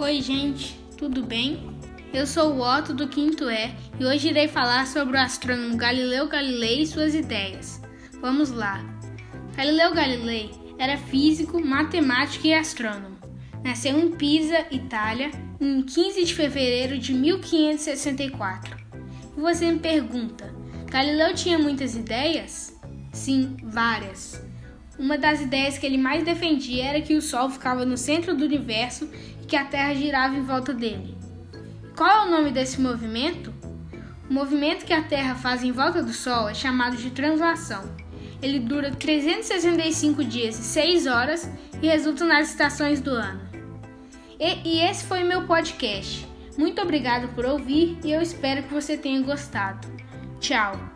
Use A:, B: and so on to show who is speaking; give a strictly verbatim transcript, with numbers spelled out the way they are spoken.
A: Oi gente, tudo bem? Eu sou o Otto do quinto E e hoje irei falar sobre o astrônomo Galileu Galilei e suas ideias. Vamos lá! Galileu Galilei era físico, matemático e astrônomo. Nasceu em Pisa, Itália, em quinze de fevereiro de mil quinhentos e sessenta e quatro. E você me pergunta, Galileu tinha muitas ideias? Sim, várias. Uma das ideias que ele mais defendia era que o Sol ficava no centro do universo e que a Terra girava em volta dele. Qual é o nome desse movimento? O movimento que a Terra faz em volta do Sol é chamado de translação. Ele dura trezentos e sessenta e cinco dias e seis horas e resulta nas estações do ano. E, e esse foi meu podcast. Muito obrigado por ouvir e eu espero que você tenha gostado. Tchau!